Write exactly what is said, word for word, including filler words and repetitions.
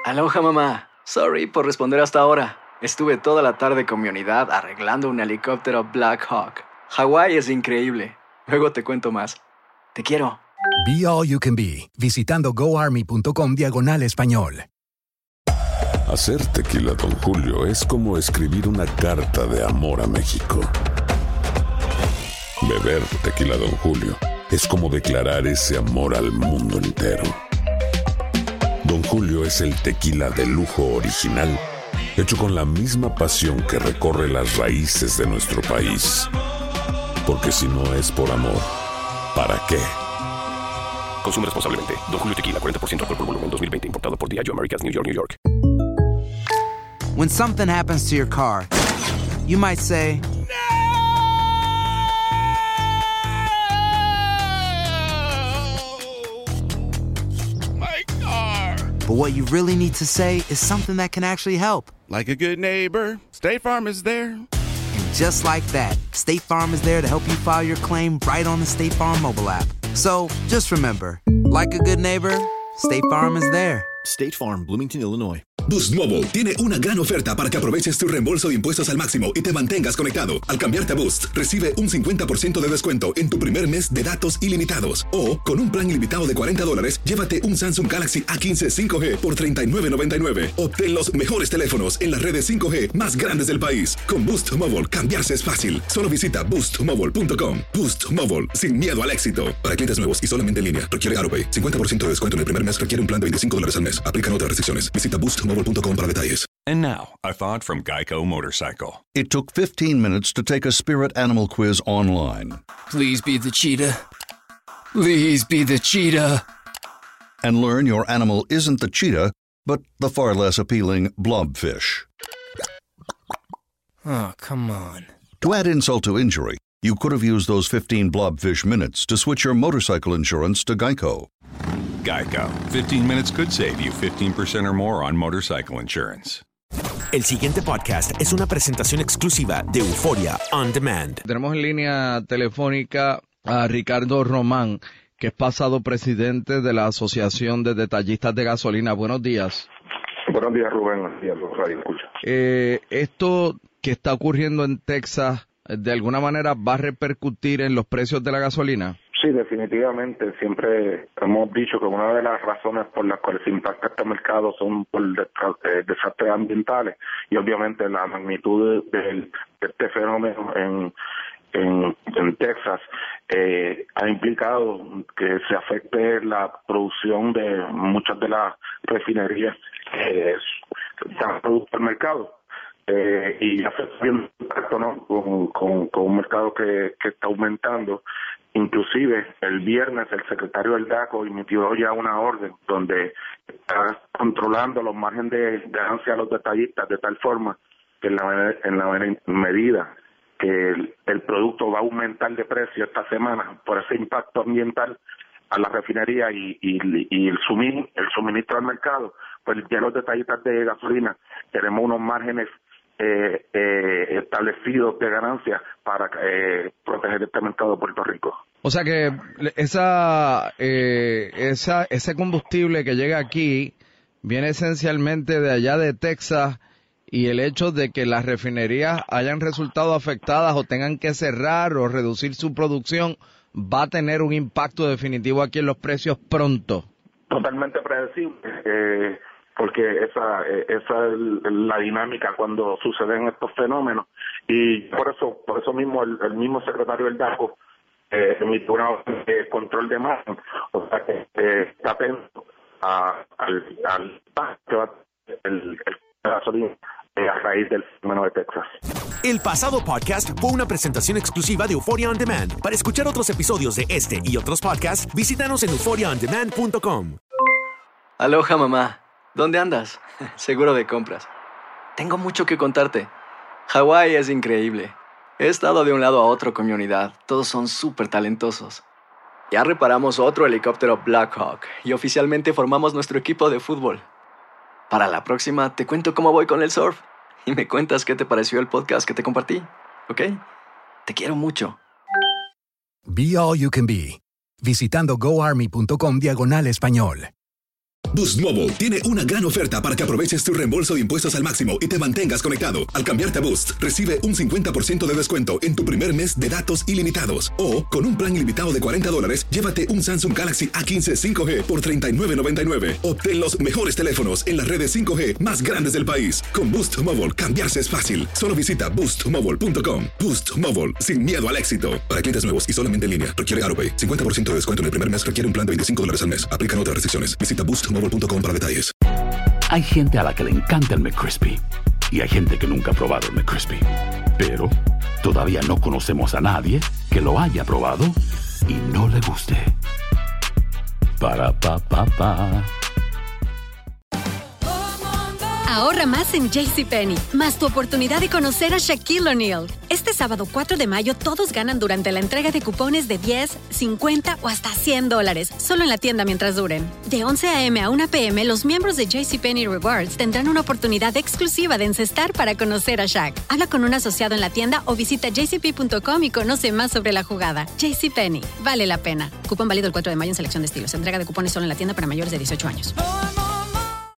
Aloha, mamá. Sorry por responder hasta ahora. Estuve toda la tarde con mi unidad arreglando un helicóptero Black Hawk. Hawái es increíble. Luego te cuento más. Te quiero. Be All You Can Be, visitando goarmy.com diagonal español. Hacer tequila Don Julio es como escribir una carta de amor a México. Beber tequila Don Julio es como declarar ese amor al mundo entero. Don Julio es el tequila de lujo original, hecho con la misma pasión que recorre las raíces de nuestro país. Porque si no es por amor, ¿para qué? Consume responsablemente. Don Julio Tequila, cuarenta por ciento alcohol por volumen, dos mil veinte. Importado por Diageo Americas, New York, New York. When something happens to your car, you might say, but what you really need to say is something that can actually help. Like a good neighbor, State Farm is there. And just like that, State Farm is there to help you file your claim right on the State Farm mobile app. So just remember, like a good neighbor, State Farm is there. State Farm, Bloomington, Illinois. Boost Mobile tiene una gran oferta para que aproveches tu reembolso de impuestos al máximo y te mantengas conectado. Al cambiarte a Boost, recibe un cincuenta por ciento de descuento en tu primer mes de datos ilimitados. O, con un plan ilimitado de cuarenta dólares, llévate un Samsung Galaxy A quince cinco G por treinta y nueve noventa y nueve. Obtén los mejores teléfonos en las redes cinco G más grandes del país. Con Boost Mobile, cambiarse es fácil. Solo visita boost mobile punto com. Boost Mobile, sin miedo al éxito. Para clientes nuevos y solamente en línea, requiere AutoPay. cincuenta por ciento de descuento en el primer mes requiere un plan de veinticinco dólares al mes. Aplican otras restricciones. Visita boost mobile punto com para detalles. And now, a thought from Geico Motorcycle. It took fifteen minutes to take a spirit animal quiz online. Please be the cheetah. Please be the cheetah. And learn your animal isn't the cheetah, but the far less appealing blobfish. Oh, come on. To add insult to injury, you could have used those fifteen blobfish minutes to switch your motorcycle insurance to Geico. Geico. fifteen minutes could save you fifteen percent or more on motorcycle insurance. El siguiente podcast es una presentación exclusiva de Euphoria On Demand. Tenemos en línea telefónica a Ricardo Román, que es pasado presidente de la Asociación de Detallistas de Gasolina. Buenos días. Buenos días, Rubén. Buenos días, Radio Escucha. Eh, esto que está ocurriendo en Texas, ¿de alguna manera va a repercutir en los precios de la gasolina? Sí, definitivamente. Siempre hemos dicho que una de las razones por las cuales se impacta este mercado son por eh, desastres ambientales y obviamente la magnitud de, de, de este fenómeno en, en, en Texas eh, ha implicado que se afecte la producción de muchas de las refinerías que dan producto al mercado. Eh, y afecta bien impacto, ¿no? con, con, con un mercado que, que está aumentando. Inclusive el viernes el secretario del D A C O emitió ya una orden donde está controlando los márgenes de ganancia a los detallistas de tal forma que en la, en la medida que el, el producto va a aumentar de precio esta semana por ese impacto ambiental a la refinería y, y, y el, sumin, el suministro al mercado, pues ya los detallistas de gasolina tenemos unos márgenes Eh, eh, establecidos de ganancias para eh, proteger este mercado de Puerto Rico. O sea que esa, eh, esa ese combustible que llega aquí viene esencialmente de allá de Texas y el hecho de que las refinerías hayan resultado afectadas o tengan que cerrar o reducir su producción va a tener un impacto definitivo aquí en los precios pronto. Totalmente predecible. Eh, porque esa esa es la dinámica cuando suceden estos fenómenos y por eso por eso mismo el, el mismo secretario del D A C O eh, emitió una orden de control de margen, o sea que eh, está atento a, al al que va el, el gasolina eh, a raíz del fenómeno de Texas. El pasado podcast fue una presentación exclusiva de Euphoria On Demand. Para escuchar otros episodios de este y otros podcasts, visítanos en euphoria on demand punto com. Aloha, mamá. ¿Dónde andas? Seguro de compras. Tengo mucho que contarte. Hawái es increíble. He estado de un lado a otro con mi unidad. Todos son súper talentosos. Ya reparamos otro helicóptero Black Hawk y oficialmente formamos nuestro equipo de fútbol. Para la próxima te cuento cómo voy con el surf y me cuentas qué te pareció el podcast que te compartí, ¿ok? Te quiero mucho. Be All You Can Be, visitando goarmy punto com diagonal español. Boost Mobile tiene una gran oferta para que aproveches tu reembolso de impuestos al máximo y te mantengas conectado. Al cambiarte a Boost, recibe un cincuenta por ciento de descuento en tu primer mes de datos ilimitados. O, con un plan ilimitado de cuarenta dólares, llévate un Samsung Galaxy A quince cinco G por treinta y nueve noventa y nueve. Obtén los mejores teléfonos en las redes cinco G más grandes del país. Con Boost Mobile, cambiarse es fácil. Solo visita boost mobile punto com. Boost Mobile, sin miedo al éxito. Para clientes nuevos y solamente en línea, requiere AutoPay. cincuenta por ciento de descuento en el primer mes requiere un plan de veinticinco dólares al mes. Aplican otras restricciones. Visita boost mobile punto com para detalles. Hay gente a la que le encanta el McCrispy y hay gente que nunca ha probado el McCrispy. Pero todavía no conocemos a nadie que lo haya probado y no le guste. Para pa pa pa. Ahorra más en JCPenney, más tu oportunidad de conocer a Shaquille O'Neal. Este sábado cuatro de mayo todos ganan durante la entrega de cupones de diez, cincuenta o hasta cien dólares, solo en la tienda mientras duren. De once a eme a una pe eme, los miembros de JCPenney Rewards tendrán una oportunidad exclusiva de encestar para conocer a Shaq. Habla con un asociado en la tienda o visita j c p punto com y conoce más sobre la jugada. JCPenney, vale la pena. Cupón válido el cuatro de mayo en selección de estilos. Entrega de cupones solo en la tienda para mayores de dieciocho años.